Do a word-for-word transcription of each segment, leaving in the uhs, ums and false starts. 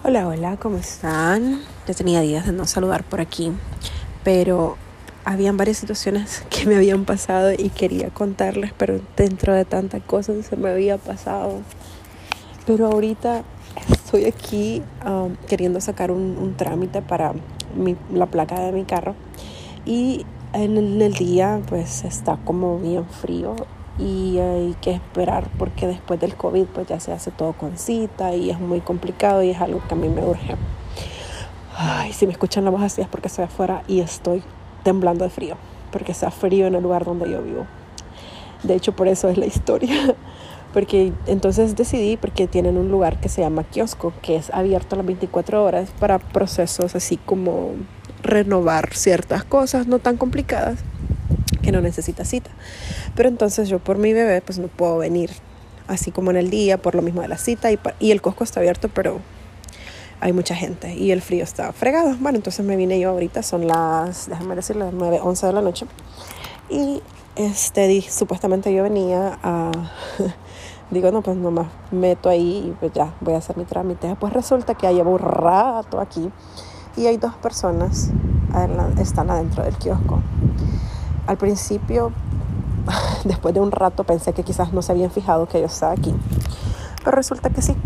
Hola, hola, ¿cómo están? Ya tenía días de no saludar por aquí, pero habían varias situaciones que me habían pasado y quería contarles, pero dentro de tantas cosas se me había pasado. Pero ahorita estoy aquí um, queriendo sacar un, un trámite para mi, la placa de mi carro y en el, en el día pues está como bien frío y hay que esperar porque después del COVID pues ya se hace todo con cita y es muy complicado y es algo que a mí me urge. Ay, si me escuchan la voz así es porque estoy afuera y estoy temblando de frío, porque está frío en el lugar donde yo vivo. De hecho, por eso es la historia. Porque entonces decidí, porque tienen un lugar que se llama kiosco, que es abierto las veinticuatro horas para procesos así como renovar ciertas cosas no tan complicadas que no necesita cita. Pero entonces yo por mi bebé pues no puedo venir así como en el día por lo mismo de la cita y, y el kiosco está abierto, pero hay mucha gente y el frío está fregado. Bueno, entonces me vine yo ahorita, son las, déjame decir, las nueve, once de la noche. Y este, di, supuestamente yo venía a, digo, no, pues nomás meto ahí y pues ya voy a hacer mi trámite. Pues resulta que ya llevo un rato aquí y hay dos personas, están adentro del kiosco. Al principio, después de un rato, pensé que quizás no se habían fijado que yo estaba aquí. Pero resulta que sí.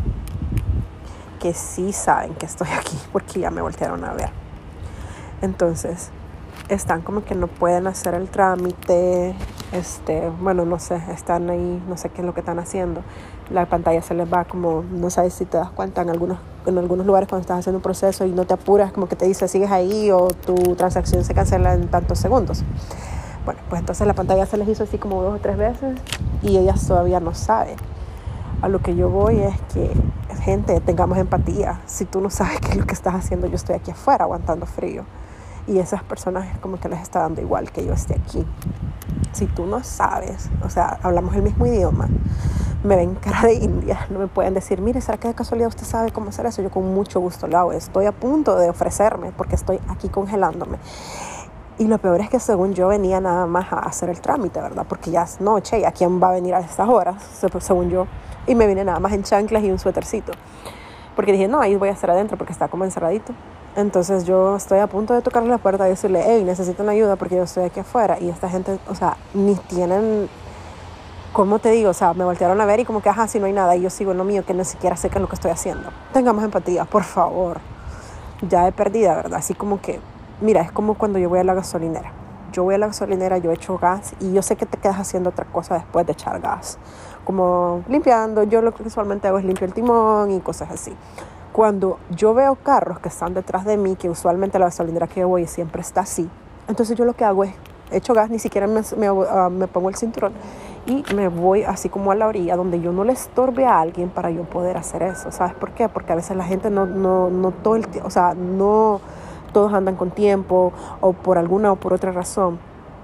que sí saben que estoy aquí porque ya me voltearon a ver. Entonces, están como que no pueden hacer el trámite, este, bueno, no sé, están ahí, no sé qué es lo que están haciendo. La pantalla se les va como, no sabes si te das cuenta, en algunos, en algunos lugares cuando estás haciendo un proceso y no te apuras, como que te dice sigues ahí o tu transacción se cancela en tantos segundos. Bueno, pues entonces la pantalla se les hizo así como dos o tres veces y ellas todavía no saben. A lo que yo voy es que, gente, tengamos empatía. Si tú no sabes qué es lo que estás haciendo, yo estoy aquí afuera aguantando frío. Y esas personas es como que les está dando igual que yo esté aquí. Si tú no sabes, o sea, hablamos el mismo idioma, me ven cara de india, no me pueden decir, mire, ¿será que de casualidad usted sabe cómo hacer eso? Yo con mucho gusto lo hago. Estoy a punto de ofrecerme porque estoy aquí congelándome. Y lo peor es que según yo venía nada más a hacer el trámite, ¿verdad? Porque ya es noche y ¿a quién va a venir a estas horas? Según yo. Y me vine nada más en chanclas y un suétercito. Porque dije, no, ahí voy a estar adentro porque está como encerradito. Entonces yo estoy a punto de tocarle la puerta y decirle, hey, necesitan ayuda porque yo estoy aquí afuera. Y esta gente, o sea, ni tienen, ¿cómo te digo? O sea, me voltearon a ver y como que, ajá, si no hay nada. Y yo sigo en lo mío, que ni siquiera sé qué es lo que estoy haciendo. Tengamos empatía, por favor. Ya he perdido, ¿verdad? Así como que, mira, es como cuando yo voy a la gasolinera. Yo voy a la gasolinera, yo echo gas y yo sé que te quedas haciendo otra cosa después de echar gas. Como limpiando, yo lo que usualmente hago es limpio el timón y cosas así. Cuando yo veo carros que están detrás de mí, que usualmente la gasolinera que yo voy siempre está así, entonces yo lo que hago es echo gas, ni siquiera me, me, uh, me pongo el cinturón y me voy así como a la orilla donde yo no le estorbe a alguien para yo poder hacer eso. ¿Sabes por qué? Porque a veces la gente no, no, no todo el tiempo, o sea, no todos andan con tiempo o por alguna o por otra razón.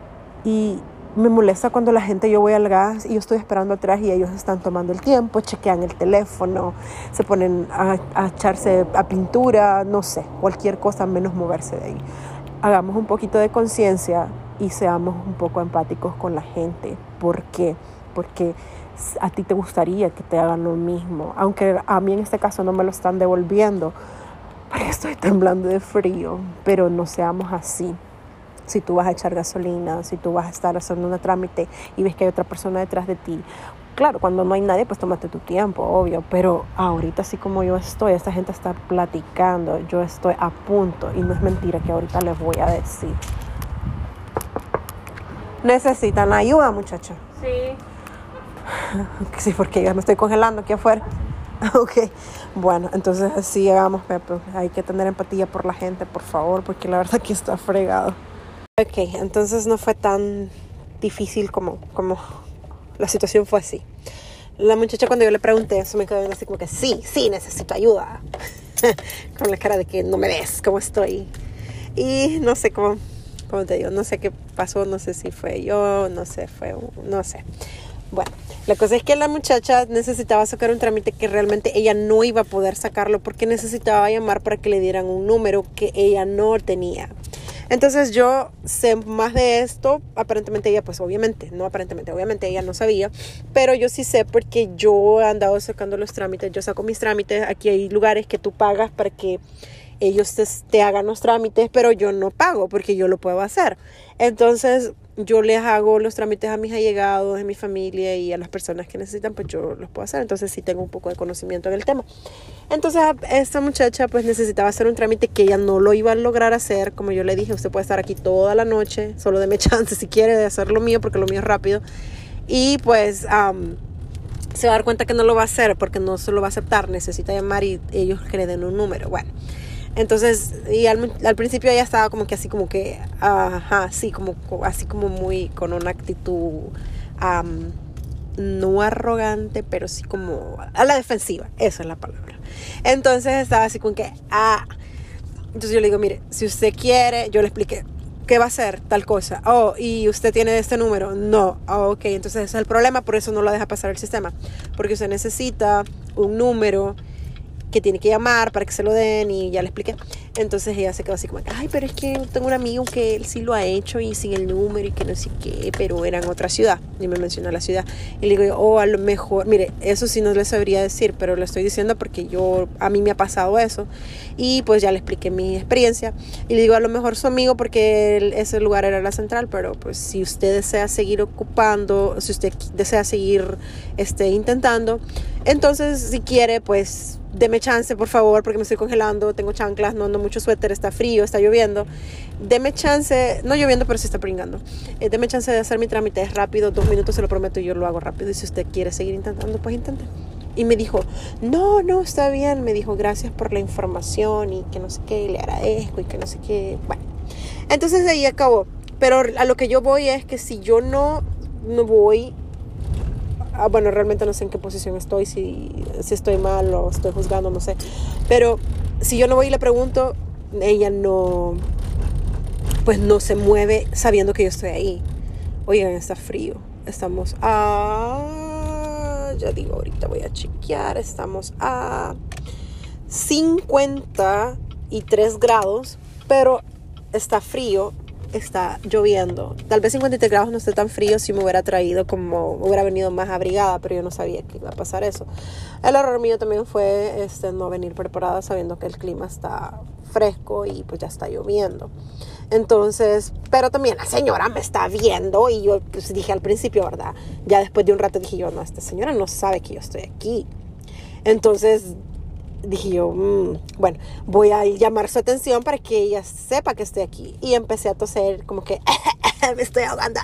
Y me molesta cuando la gente, yo voy al gas y yo estoy esperando atrás y ellos están tomando el tiempo, chequean el teléfono, se ponen a, a echarse a pintura, no sé, cualquier cosa menos moverse de ahí. Hagamos un poquito de conciencia y seamos un poco empáticos con la gente. ¿Por qué? Porque a ti te gustaría que te hagan lo mismo, aunque a mí en este caso no me lo están devolviendo, porque estoy temblando de frío, pero no seamos así. Si tú vas a echar gasolina, si tú vas a estar haciendo un trámite y ves que hay otra persona detrás de ti, claro, cuando no hay nadie, pues tómate tu tiempo, obvio, pero ahorita así como yo estoy, esta gente está platicando, yo estoy a punto, y no es mentira que ahorita les voy a decir. ¿Necesitan ayuda, muchachos? Sí. Sí, porque ya me estoy congelando aquí afuera. Ok, bueno, entonces así hagamos, Pepe. Hay que tener empatía por la gente, por favor, porque la verdad que está fregado. Ok, entonces no fue tan difícil como, como la situación fue así. La muchacha cuando yo le pregunté eso me quedó viendo así como que sí, sí, necesito ayuda. Con la cara de que no me ves cómo estoy. Y no sé cómo, cómo te digo, no sé qué pasó, no sé si fue yo, no sé, fue, no sé. Bueno, la cosa es que la muchacha necesitaba sacar un trámite que realmente ella no iba a poder sacarlo porque necesitaba llamar para que le dieran un número que ella no tenía. Entonces yo sé más de esto. Aparentemente ella, pues obviamente, no aparentemente, obviamente ella no sabía, pero yo sí sé porque yo he andado sacando los trámites, yo saco mis trámites. Aquí hay lugares que tú pagas para que ellos te, te hagan los trámites, pero yo no pago porque yo lo puedo hacer. Entonces yo les hago los trámites a mis allegados, a mi familia y a las personas que necesitan, pues yo los puedo hacer. Entonces sí tengo un poco de conocimiento en el tema. Entonces esta muchacha pues necesitaba hacer un trámite que ella no lo iba a lograr hacer. Como yo le dije, usted puede estar aquí toda la noche, solo deme chance si quiere de hacer lo mío, porque lo mío es rápido. Y pues um, se va a dar cuenta que no lo va a hacer porque no se lo va a aceptar. Necesita llamar y ellos que le den un número. Bueno, entonces, y al, al principio ella estaba como que así como que, ajá, sí, como, así como muy, con una actitud, um, no arrogante, pero sí como a la defensiva, esa es la palabra. Entonces estaba así como que, ah, entonces yo le digo, mire, si usted quiere, yo le expliqué, ¿qué va a hacer? Tal cosa. Oh, ¿y usted tiene este número? No. Oh, ok, entonces ese es el problema, por eso no lo deja pasar el sistema, porque usted necesita un número que tiene que llamar para que se lo den, y ya le expliqué. Entonces ella se quedó así como, ay, pero es que tengo un amigo que él sí lo ha hecho y sin el número y que no sé qué, pero era en otra ciudad, y me mencionó la ciudad, y le digo, oh, a lo mejor, mire, eso sí no le sabría decir, pero lo estoy diciendo porque yo, a mí me ha pasado eso, y pues ya le expliqué mi experiencia, y le digo, a lo mejor su amigo, porque él, ese lugar era la central, pero pues si usted desea seguir ocupando, si usted desea seguir este, intentando, entonces si quiere, pues deme chance, por favor, porque me estoy congelando, tengo chanclas, no ando mucho suéter, está frío, está lloviendo. Deme chance, no lloviendo, pero sí está pringando. Eh, deme chance de hacer mi trámite, es rápido, dos minutos, se lo prometo, y yo lo hago rápido. Y si usted quiere seguir intentando, pues intente. Y me dijo, no, no, está bien. Me dijo, gracias por la información y que no sé qué, y le agradezco y que no sé qué. Bueno, entonces de ahí acabó. Pero a lo que yo voy es que si yo no, no voy... Ah, bueno, realmente no sé en qué posición estoy, si, si estoy mal o estoy juzgando, no sé. Pero si yo no voy y le pregunto, ella no, pues no se mueve sabiendo que yo estoy ahí. Oigan, está frío. Estamos a, ya digo, ahorita voy a chequear, estamos a cincuenta y tres grados, pero está frío. Está lloviendo. Tal vez cincuenta y tres grados no esté tan frío si me hubiera traído como, hubiera venido más abrigada, pero yo no sabía que iba a pasar eso. El error mío también fue este, no venir preparada sabiendo que el clima está fresco y pues ya está lloviendo. Entonces, pero también la señora me está viendo y yo pues, dije al principio, ¿verdad? Ya después de un rato dije yo, no, esta señora no sabe que yo estoy aquí. Entonces dije yo, mmm, bueno, voy a llamar su atención para que ella sepa que estoy aquí. Y empecé a toser como que me estoy ahogando.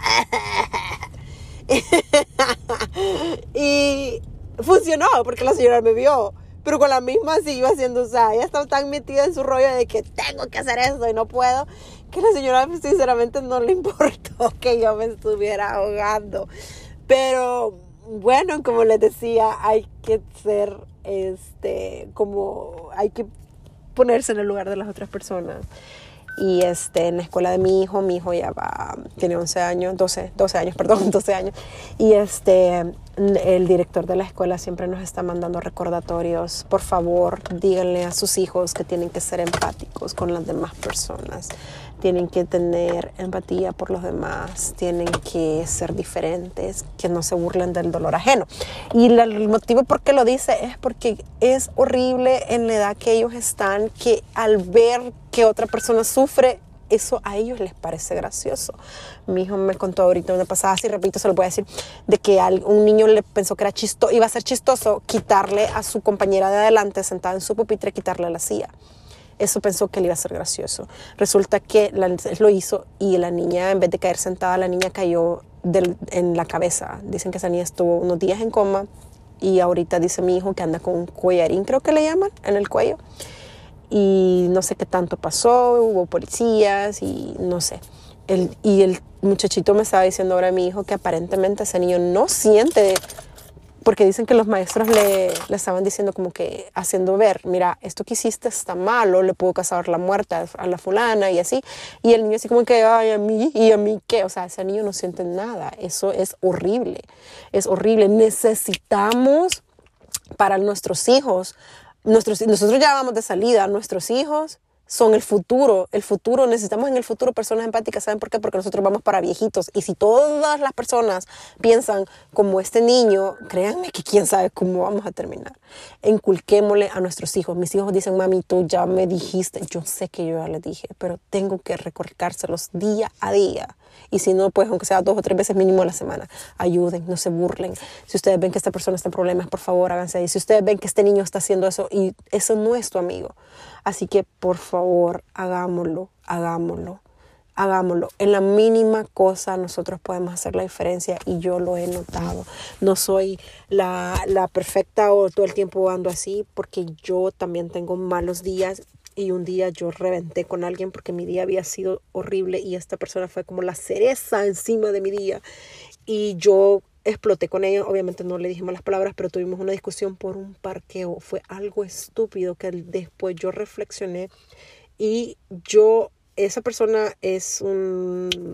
Y funcionó porque la señora me vio. Pero con la misma siguió haciendo, o sea, ella estaba tan metida en su rollo de que tengo que hacer esto y no puedo, que la señora sinceramente no le importó que yo me estuviera ahogando. Pero bueno, como les decía, hay que ser, este, como, hay que ponerse en el lugar de las otras personas. Y este, en la escuela de mi hijo, mi hijo ya va, tiene once años, doce, doce años, perdón, doce años. Y este, el director de la escuela siempre nos está mandando recordatorios. Por favor, díganle a sus hijos que tienen que ser empáticos con las demás personas. Tienen que tener empatía por los demás, tienen que ser diferentes, que no se burlen del dolor ajeno. Y la, el motivo por qué lo dice es porque es horrible en la edad que ellos están, que al ver que otra persona sufre, eso a ellos les parece gracioso. Mi hijo me contó ahorita una pasada, así repito, se lo voy a decir, de que a un niño le pensó que era chistoso, iba a ser chistoso quitarle a su compañera de adelante, sentada en su pupitre, quitarle la silla. Eso pensó que le iba a ser gracioso. Resulta que la, lo hizo y la niña, en vez de caer sentada, la niña cayó del, en la cabeza. Dicen que esa niña estuvo unos días en coma y ahorita dice mi hijo que anda con un collarín, creo que le llaman, en el cuello. Y no sé qué tanto pasó, hubo policías y no sé. El, y el muchachito me estaba diciendo ahora a mi hijo que aparentemente ese niño no siente... Porque dicen que los maestros le, le estaban diciendo como que haciendo ver, mira, esto que hiciste está malo, le pudo causar la muerte a, a la fulana y así. Y el niño así como que, ay, a mí, ¿y a mí qué? O sea, ese niño no siente nada. Eso es horrible, es horrible. Necesitamos para nuestros hijos, nuestros, nosotros ya vamos de salida, nuestros hijos son el futuro. El futuro, necesitamos en el futuro personas empáticas. ¿Saben por qué? Porque nosotros vamos para viejitos. Y si todas las personas piensan como este niño, créanme que quién sabe cómo vamos a terminar. Inculquémosle a nuestros hijos. Mis hijos dicen, mami, tú ya me dijiste. Yo sé que yo ya les dije, pero tengo que recordárselos día a día. Y si no, pues aunque sea dos o tres veces mínimo a la semana, ayuden, no se burlen. Si ustedes ven que esta persona está en problemas, por favor, háganse ahí. Si ustedes ven que este niño está haciendo eso y eso no es tu amigo. Así que, por favor, hagámoslo, hagámoslo, hagámoslo. En la mínima cosa nosotros podemos hacer la diferencia y yo lo he notado. No soy la, la perfecta o todo el tiempo ando así porque yo también tengo malos días. Y un día yo reventé con alguien porque mi día había sido horrible y esta persona fue como la cereza encima de mi día. Y yo exploté con ella. Obviamente no le dije malas palabras, pero tuvimos una discusión por un parqueo. Fue algo estúpido que después yo reflexioné. Y yo, esa persona es un...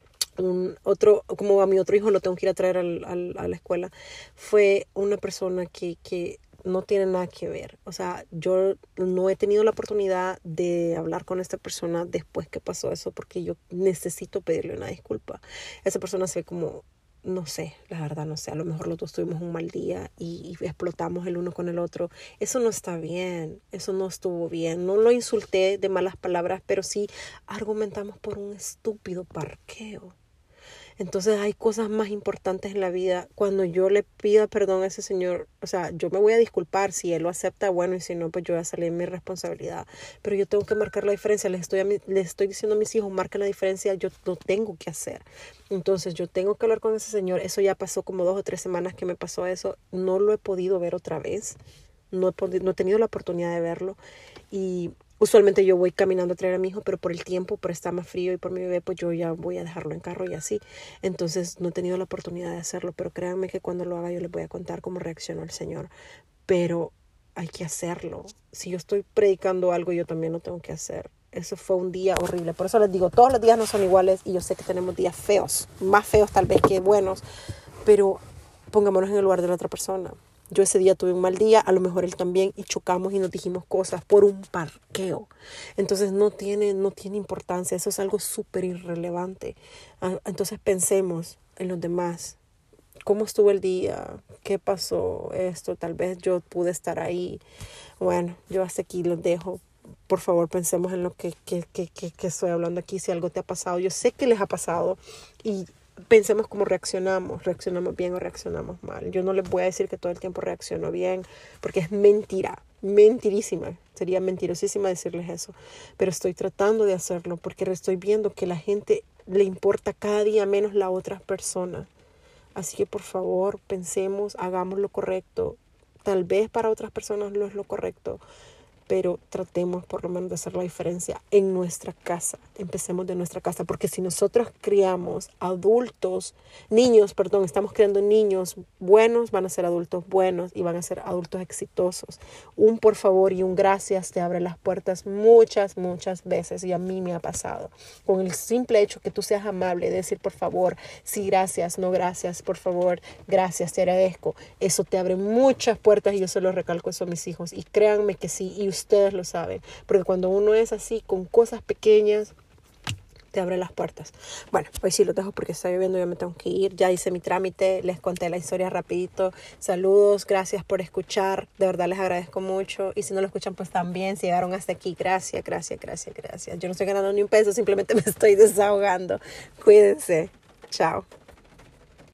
Un otro, como a mi otro hijo lo tengo que ir a traer al, al, a la escuela. Fue una persona que... que no tiene nada que ver. O sea, yo no he tenido la oportunidad de hablar con esta persona después que pasó eso porque yo necesito pedirle una disculpa. Esa persona se ve como, no sé, la verdad no sé, a lo mejor los dos tuvimos un mal día y, y explotamos el uno con el otro. Eso no está bien, eso no estuvo bien. No lo insulté de malas palabras, pero sí argumentamos por un estúpido parqueo. Entonces hay cosas más importantes en la vida. Cuando yo le pida perdón a ese señor, o sea, yo me voy a disculpar. Si él lo acepta, bueno, y si no, pues yo voy a salir de mi responsabilidad. Pero yo tengo que marcar la diferencia. Les estoy, a mi, les estoy diciendo a mis hijos, marquen la diferencia. Yo lo tengo que hacer. Entonces yo tengo que hablar con ese señor. Eso ya pasó como dos o tres semanas que me pasó eso. No lo he podido ver otra vez. No he, podido, no he tenido la oportunidad de verlo. Y... usualmente yo voy caminando a traer a mi hijo, pero por el tiempo, por estar más frío y por mi bebé, pues yo ya voy a dejarlo en carro y así. Entonces no he tenido la oportunidad de hacerlo, pero créanme que cuando lo haga yo les voy a contar cómo reaccionó el Señor. Pero hay que hacerlo. Si yo estoy predicando algo, yo también lo tengo que hacer. Eso fue un día horrible. Por eso les digo, todos los días no son iguales y yo sé que tenemos días feos, más feos tal vez que buenos, pero pongámonos en el lugar de la otra persona. Yo ese día tuve un mal día, a lo mejor él también, y chocamos y nos dijimos cosas por un parqueo. Entonces no tiene, no tiene importancia, eso es algo súper irrelevante. Entonces pensemos en los demás. ¿Cómo estuvo el día? ¿Qué pasó esto? Tal vez yo pude estar ahí. Bueno, yo hasta aquí los dejo. Por favor, pensemos en lo que, que, que, que, que estoy hablando aquí. Si algo te ha pasado, yo sé que les ha pasado y pensemos cómo reaccionamos, reaccionamos bien o reaccionamos mal. Yo no les voy a decir que todo el tiempo reacciono bien, porque es mentira, mentirísima. Sería mentirosísima decirles eso. Pero estoy tratando de hacerlo porque estoy viendo que a la gente le importa cada día menos la otra persona. Así que por favor, pensemos, hagamos lo correcto. Tal vez para otras personas no es lo correcto, pero tratemos por lo menos de hacer la diferencia en nuestra casa. Empecemos de nuestra casa, porque si nosotros criamos adultos, niños, perdón, estamos criando niños buenos, van a ser adultos buenos y van a ser adultos exitosos. Un por favor y un gracias te abre las puertas muchas, muchas veces, y a mí me ha pasado. Con el simple hecho que tú seas amable, decir por favor, sí, gracias, no gracias, por favor, gracias, te agradezco. Eso te abre muchas puertas y yo se lo recalco eso a mis hijos. Y créanme que sí, y ustedes lo saben, porque cuando uno es así, con cosas pequeñas, te abre las puertas. Bueno, hoy sí lo dejo porque está lloviendo, ya me tengo que ir, ya hice mi trámite, les conté la historia rapidito. Saludos, gracias por escuchar, de verdad les agradezco mucho, y si no lo escuchan pues también, si llegaron hasta aquí, gracias, gracias, gracias, gracias. Yo no estoy ganando ni un peso, simplemente me estoy desahogando. Cuídense, chao.